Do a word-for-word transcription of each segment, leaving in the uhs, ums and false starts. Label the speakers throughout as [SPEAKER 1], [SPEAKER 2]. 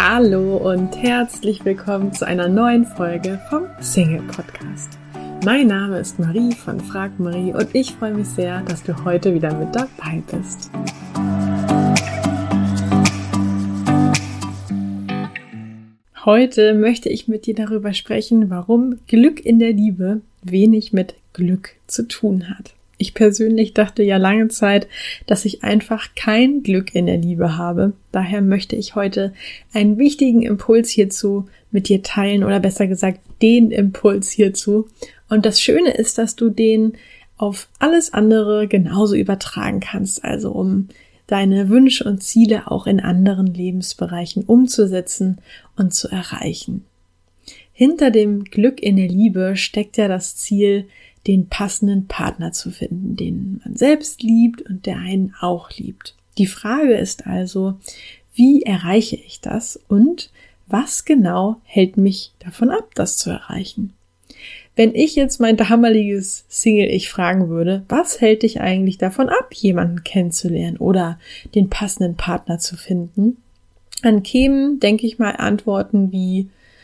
[SPEAKER 1] Hallo und herzlich willkommen zu einer neuen Folge vom Single Podcast. Mein Name ist Marie von Frag Marie und ich freue mich sehr, dass du heute wieder mit dabei bist. Heute möchte ich mit dir darüber sprechen, warum Glück in der Liebe wenig mit Glück zu tun hat. Ich persönlich dachte ja lange Zeit, dass ich einfach kein Glück in der Liebe habe. Daher möchte ich heute einen wichtigen Impuls hierzu mit dir teilen oder besser gesagt den Impuls hierzu. Und das Schöne ist, dass du den auf alles andere genauso übertragen kannst, also um deine Wünsche und Ziele auch in anderen Lebensbereichen umzusetzen und zu erreichen. Hinter dem Glück in der Liebe steckt ja das Ziel, den passenden Partner zu finden, den man selbst liebt und der einen auch liebt. Die Frage ist also, wie erreiche ich das und was genau hält mich davon ab, das zu erreichen? Wenn ich jetzt mein damaliges Single-Ich fragen würde, was hält dich eigentlich davon ab, jemanden kennenzulernen oder den passenden Partner zu finden, dann kämen, denke ich mal, Antworten wie,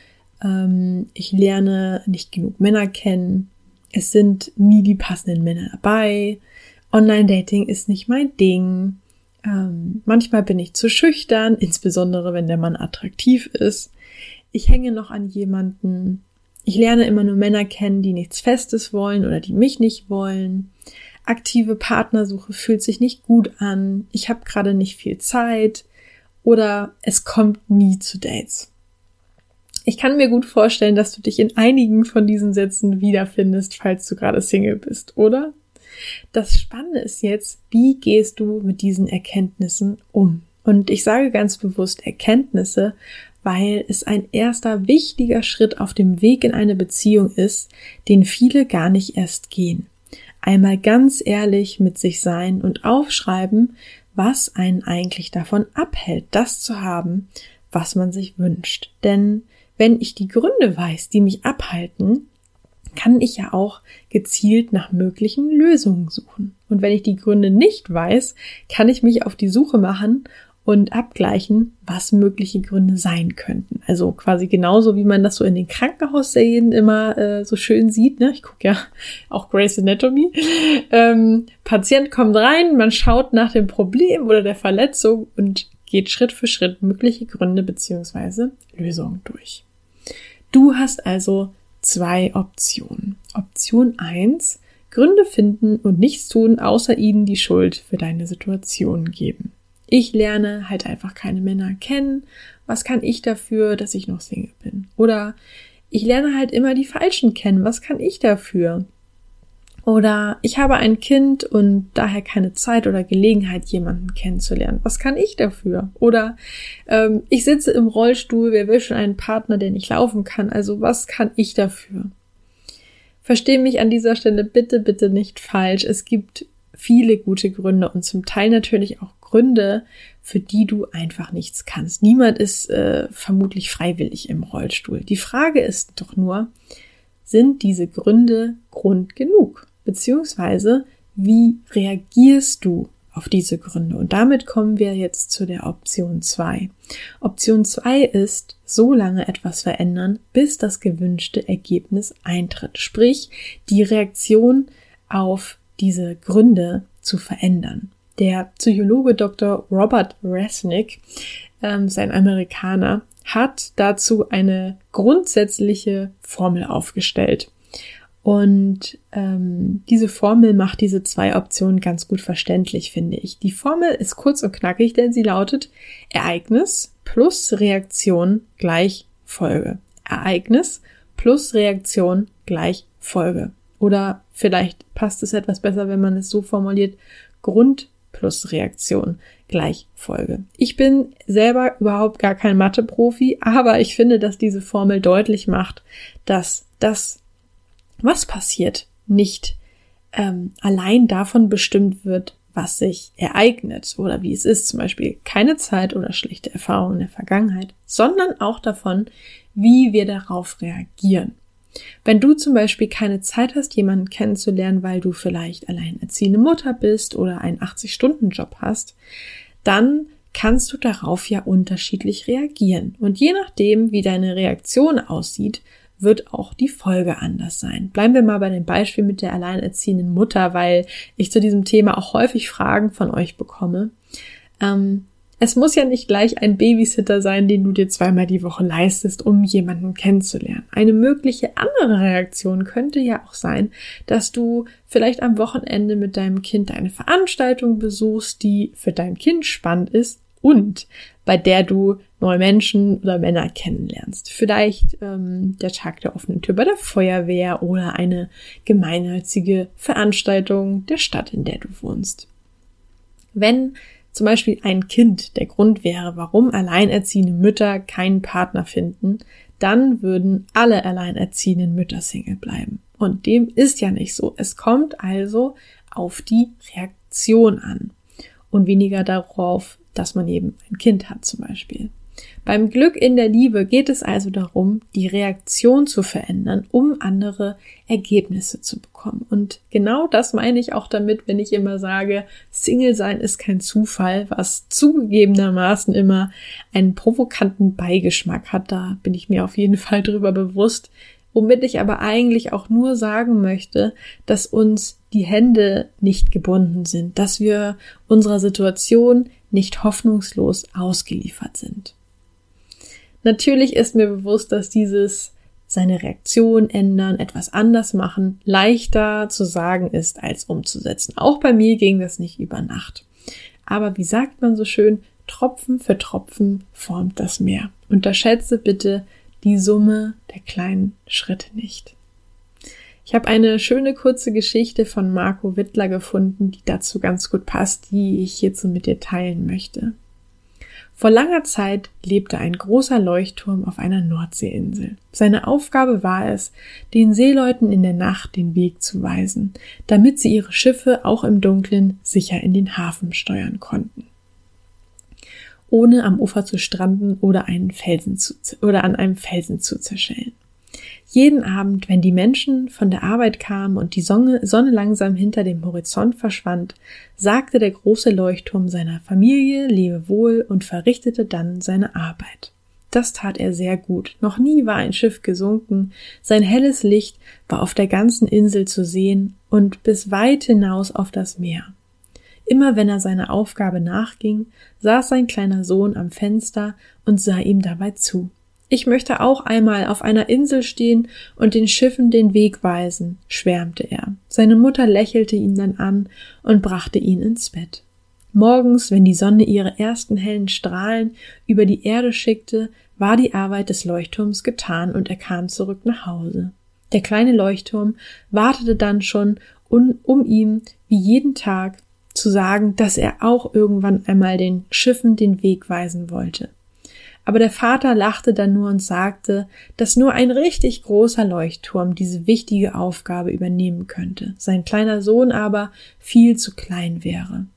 [SPEAKER 1] ähm, ich lerne nicht genug Männer kennen, es sind nie die passenden Männer dabei, Online-Dating ist nicht mein Ding, ähm, manchmal bin ich zu schüchtern, insbesondere wenn der Mann attraktiv ist, ich hänge noch an jemanden, ich lerne immer nur Männer kennen, die nichts Festes wollen oder die mich nicht wollen, aktive Partnersuche fühlt sich nicht gut an, ich habe gerade nicht viel Zeit oder es kommt nie zu Dates. Ich kann mir gut vorstellen, dass du dich in einigen von diesen Sätzen wiederfindest, falls du gerade Single bist, oder? Das Spannende ist jetzt, wie gehst du mit diesen Erkenntnissen um? Und ich sage ganz bewusst Erkenntnisse, weil es ein erster wichtiger Schritt auf dem Weg in eine Beziehung ist, den viele gar nicht erst gehen. Einmal ganz ehrlich mit sich sein und aufschreiben, was einen eigentlich davon abhält, das zu haben, was man sich wünscht. Denn wenn ich die Gründe weiß, die mich abhalten, kann ich ja auch gezielt nach möglichen Lösungen suchen. Und wenn ich die Gründe nicht weiß, kann ich mich auf die Suche machen und abgleichen, was mögliche Gründe sein könnten. Also quasi genauso, wie man das so in den Krankenhausserien immer äh, so schön sieht. Ne? Ich gucke ja auch Grey's Anatomy. Ähm, Patient kommt rein, man schaut nach dem Problem oder der Verletzung und geht Schritt für Schritt mögliche Gründe bzw. Lösungen durch. Du hast also zwei Optionen. Option eins, Gründe finden und nichts tun, außer ihnen die Schuld für deine Situation geben. Ich lerne halt einfach keine Männer kennen. Was kann ich dafür, dass ich noch Single bin? Oder ich lerne halt immer die Falschen kennen. Was kann ich dafür? Oder ich habe ein Kind und daher keine Zeit oder Gelegenheit, jemanden kennenzulernen. Was kann ich dafür? Oder ähm, ich sitze im Rollstuhl, wer will schon einen Partner, der nicht laufen kann? Also was kann ich dafür? Versteh mich an dieser Stelle bitte, bitte nicht falsch. Es gibt viele gute Gründe und zum Teil natürlich auch Gründe, für die du einfach nichts kannst. Niemand ist äh, vermutlich freiwillig im Rollstuhl. Die Frage ist doch nur, sind diese Gründe Grund genug? Beziehungsweise, wie reagierst du auf diese Gründe? Und damit kommen wir jetzt zu der Option zwei. Option zwei ist, so lange etwas verändern, bis das gewünschte Ergebnis eintritt. Sprich, die Reaktion auf diese Gründe zu verändern. Der Psychologe Doktor Robert Resnick, ähm, ist ein Amerikaner, hat dazu eine grundsätzliche Formel aufgestellt. Und ähm, diese Formel macht diese zwei Optionen ganz gut verständlich, finde ich. Die Formel ist kurz und knackig, denn sie lautet Ereignis plus Reaktion gleich Folge. Ereignis plus Reaktion gleich Folge. Oder vielleicht passt es etwas besser, wenn man es so formuliert, Grund plus Reaktion gleich Folge. Ich bin selber überhaupt gar kein Mathe-Profi, aber ich finde, dass diese Formel deutlich macht, dass das, was passiert, nicht ähm, allein davon bestimmt wird, was sich ereignet oder wie es ist, zum Beispiel keine Zeit oder schlechte Erfahrungen in der Vergangenheit, sondern auch davon, wie wir darauf reagieren. Wenn du zum Beispiel keine Zeit hast, jemanden kennenzulernen, weil du vielleicht alleinerziehende Mutter bist oder einen achtzig Stunden Job hast, dann kannst du darauf ja unterschiedlich reagieren. Und je nachdem, wie deine Reaktion aussieht, wird auch die Folge anders sein. Bleiben wir mal bei dem Beispiel mit der alleinerziehenden Mutter, weil ich zu diesem Thema auch häufig Fragen von euch bekomme. Ähm, es muss ja nicht gleich ein Babysitter sein, den du dir zweimal die Woche leistest, um jemanden kennenzulernen. Eine mögliche andere Reaktion könnte ja auch sein, dass du vielleicht am Wochenende mit deinem Kind eine Veranstaltung besuchst, die für dein Kind spannend ist und bei der du neue Menschen oder Männer kennenlernst. Vielleicht ähm, der Tag der offenen Tür bei der Feuerwehr oder eine gemeinnützige Veranstaltung der Stadt, in der du wohnst. Wenn zum Beispiel ein Kind der Grund wäre, warum alleinerziehende Mütter keinen Partner finden, dann würden alle alleinerziehenden Mütter Single bleiben. Und dem ist ja nicht so. Es kommt also auf die Reaktion an und weniger darauf, dass man eben ein Kind hat zum Beispiel. Beim Glück in der Liebe geht es also darum, die Reaktion zu verändern, um andere Ergebnisse zu bekommen. Und genau das meine ich auch damit, wenn ich immer sage, Single sein ist kein Zufall, was zugegebenermaßen immer einen provokanten Beigeschmack hat. Da bin ich mir auf jeden Fall drüber bewusst. Womit ich aber eigentlich auch nur sagen möchte, dass uns die Hände nicht gebunden sind, dass wir unserer Situation nicht hoffnungslos ausgeliefert sind. Natürlich ist mir bewusst, dass dieses seine Reaktion ändern, etwas anders machen, leichter zu sagen ist, als umzusetzen. Auch bei mir ging das nicht über Nacht. Aber wie sagt man so schön, Tropfen für Tropfen formt das Meer. Unterschätze bitte die Summe der kleinen Schritte nicht. Ich habe eine schöne kurze Geschichte von Marco Wittler gefunden, die dazu ganz gut passt, die ich hierzu mit dir teilen möchte. Vor langer Zeit lebte ein großer Leuchtturm auf einer Nordseeinsel. Seine Aufgabe war es, den Seeleuten in der Nacht den Weg zu weisen, damit sie ihre Schiffe auch im Dunkeln sicher in den Hafen steuern konnten, ohne am Ufer zu stranden oder einen Felsen zu, oder an einem Felsen zu zerschellen. Jeden Abend, wenn die Menschen von der Arbeit kamen und die Sonne, Sonne langsam hinter dem Horizont verschwand, sagte der große Leuchtturm seiner Familie Lebewohl und verrichtete dann seine Arbeit. Das tat er sehr gut. Noch nie war ein Schiff gesunken, sein helles Licht war auf der ganzen Insel zu sehen und bis weit hinaus auf das Meer. Immer wenn er seiner Aufgabe nachging, saß sein kleiner Sohn am Fenster und sah ihm dabei zu. Ich möchte auch einmal auf einer Insel stehen und den Schiffen den Weg weisen, schwärmte er. Seine Mutter lächelte ihn dann an und brachte ihn ins Bett. Morgens, wenn die Sonne ihre ersten hellen Strahlen über die Erde schickte, war die Arbeit des Leuchtturms getan und er kam zurück nach Hause. Der kleine Leuchtturm wartete dann schon, um, um ihm wie jeden Tag zu sagen, dass er auch irgendwann einmal den Schiffen den Weg weisen wollte. Aber der Vater lachte dann nur und sagte, dass nur ein richtig großer Leuchtturm diese wichtige Aufgabe übernehmen könnte, sein kleiner Sohn aber viel zu klein wäre.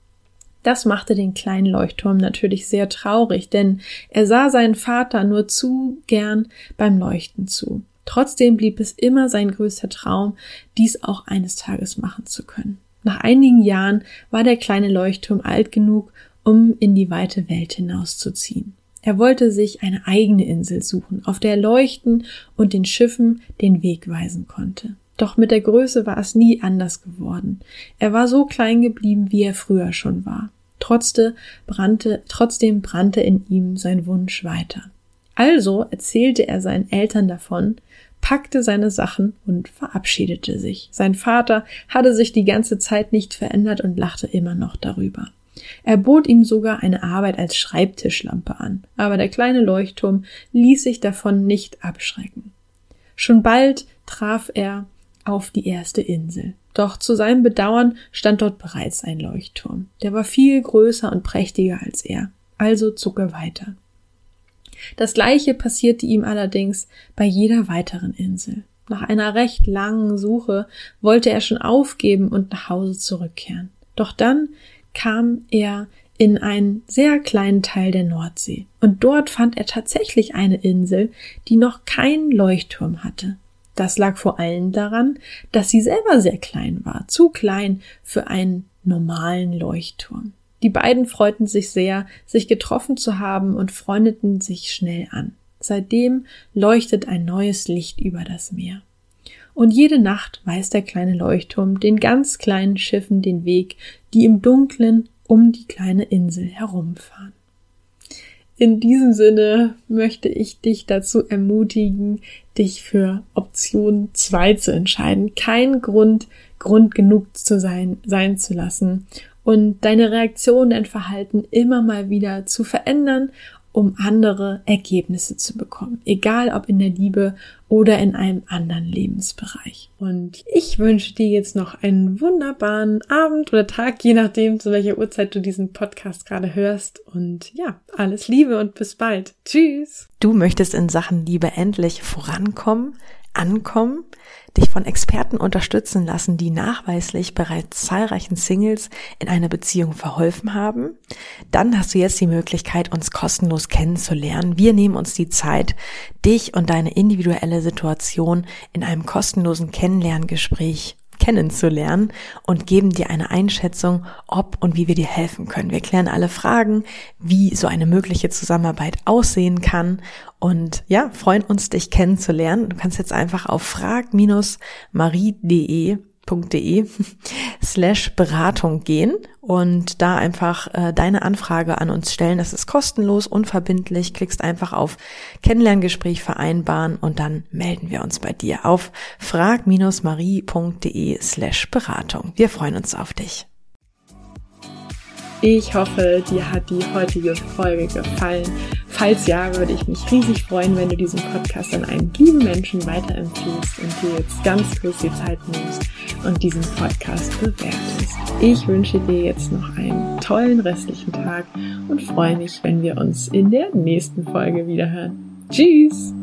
[SPEAKER 1] Das machte den kleinen Leuchtturm natürlich sehr traurig, denn er sah seinen Vater nur zu gern beim Leuchten zu. Trotzdem blieb es immer sein größter Traum, dies auch eines Tages machen zu können. Nach einigen Jahren war der kleine Leuchtturm alt genug, um in die weite Welt hinauszuziehen. Er wollte sich eine eigene Insel suchen, auf der er leuchten und den Schiffen den Weg weisen konnte. Doch mit der Größe war es nie anders geworden. Er war so klein geblieben, wie er früher schon war. Trotzdem brannte, trotzdem brannte in ihm sein Wunsch weiter. Also erzählte er seinen Eltern davon, packte seine Sachen und verabschiedete sich. Sein Vater hatte sich die ganze Zeit nicht verändert und lachte immer noch darüber. Er bot ihm sogar eine Arbeit als Schreibtischlampe an, aber der kleine Leuchtturm ließ sich davon nicht abschrecken. Schon bald traf er auf die erste Insel. Doch zu seinem Bedauern stand dort bereits ein Leuchtturm. Der war viel größer und prächtiger als er, also zog er weiter. Das Gleiche passierte ihm allerdings bei jeder weiteren Insel. Nach einer recht langen Suche wollte er schon aufgeben und nach Hause zurückkehren. Doch dann kam er in einen sehr kleinen Teil der Nordsee. Und dort fand er tatsächlich eine Insel, die noch keinen Leuchtturm hatte. Das lag vor allem daran, dass sie selber sehr klein war, zu klein für einen normalen Leuchtturm. Die beiden freuten sich sehr, sich getroffen zu haben und freundeten sich schnell an. Seitdem leuchtet ein neues Licht über das Meer. Und jede Nacht weiß der kleine Leuchtturm den ganz kleinen Schiffen den Weg, die im Dunkeln um die kleine Insel herumfahren. In diesem Sinne möchte ich dich dazu ermutigen, dich für Option zwei zu entscheiden. Kein Grund, Grund genug zu sein, sein zu lassen und deine Reaktion, dein Verhalten immer mal wieder zu verändern, um andere Ergebnisse zu bekommen. Egal ob in der Liebe oder in einem anderen Lebensbereich. Und ich wünsche dir jetzt noch einen wunderbaren Abend oder Tag, je nachdem, zu welcher Uhrzeit du diesen Podcast gerade hörst. Und ja, alles Liebe und bis bald. Tschüss!
[SPEAKER 2] Du möchtest in Sachen Liebe endlich vorankommen, ankommen, dich von Experten unterstützen lassen, die nachweislich bereits zahlreichen Singles in einer Beziehung verholfen haben? Dann hast du jetzt die Möglichkeit, uns kostenlos kennenzulernen. Wir nehmen uns die Zeit, dich und deine individuelle Situation in einem kostenlosen Kennenlerngespräch kennenzulernen und geben dir eine Einschätzung, ob und wie wir dir helfen können. Wir klären alle Fragen, wie so eine mögliche Zusammenarbeit aussehen kann und ja, freuen uns, dich kennenzulernen. Du kannst jetzt einfach auf frag-marie.de .de slash Beratung gehen und da einfach äh, deine Anfrage an uns stellen. Das ist kostenlos, unverbindlich. Klickst einfach auf Kennenlerngespräch vereinbaren und dann melden wir uns bei dir auf frag-marie.de slash Beratung. Wir freuen uns auf dich.
[SPEAKER 1] Ich hoffe, dir hat die heutige Folge gefallen. Falls ja, würde ich mich riesig freuen, wenn du diesen Podcast an einen lieben Menschen weiterempfiehlst und dir jetzt ganz kurz die Zeit nimmst und diesen Podcast bewertest. Ich wünsche dir jetzt noch einen tollen restlichen Tag und freue mich, wenn wir uns in der nächsten Folge wiederhören. Tschüss!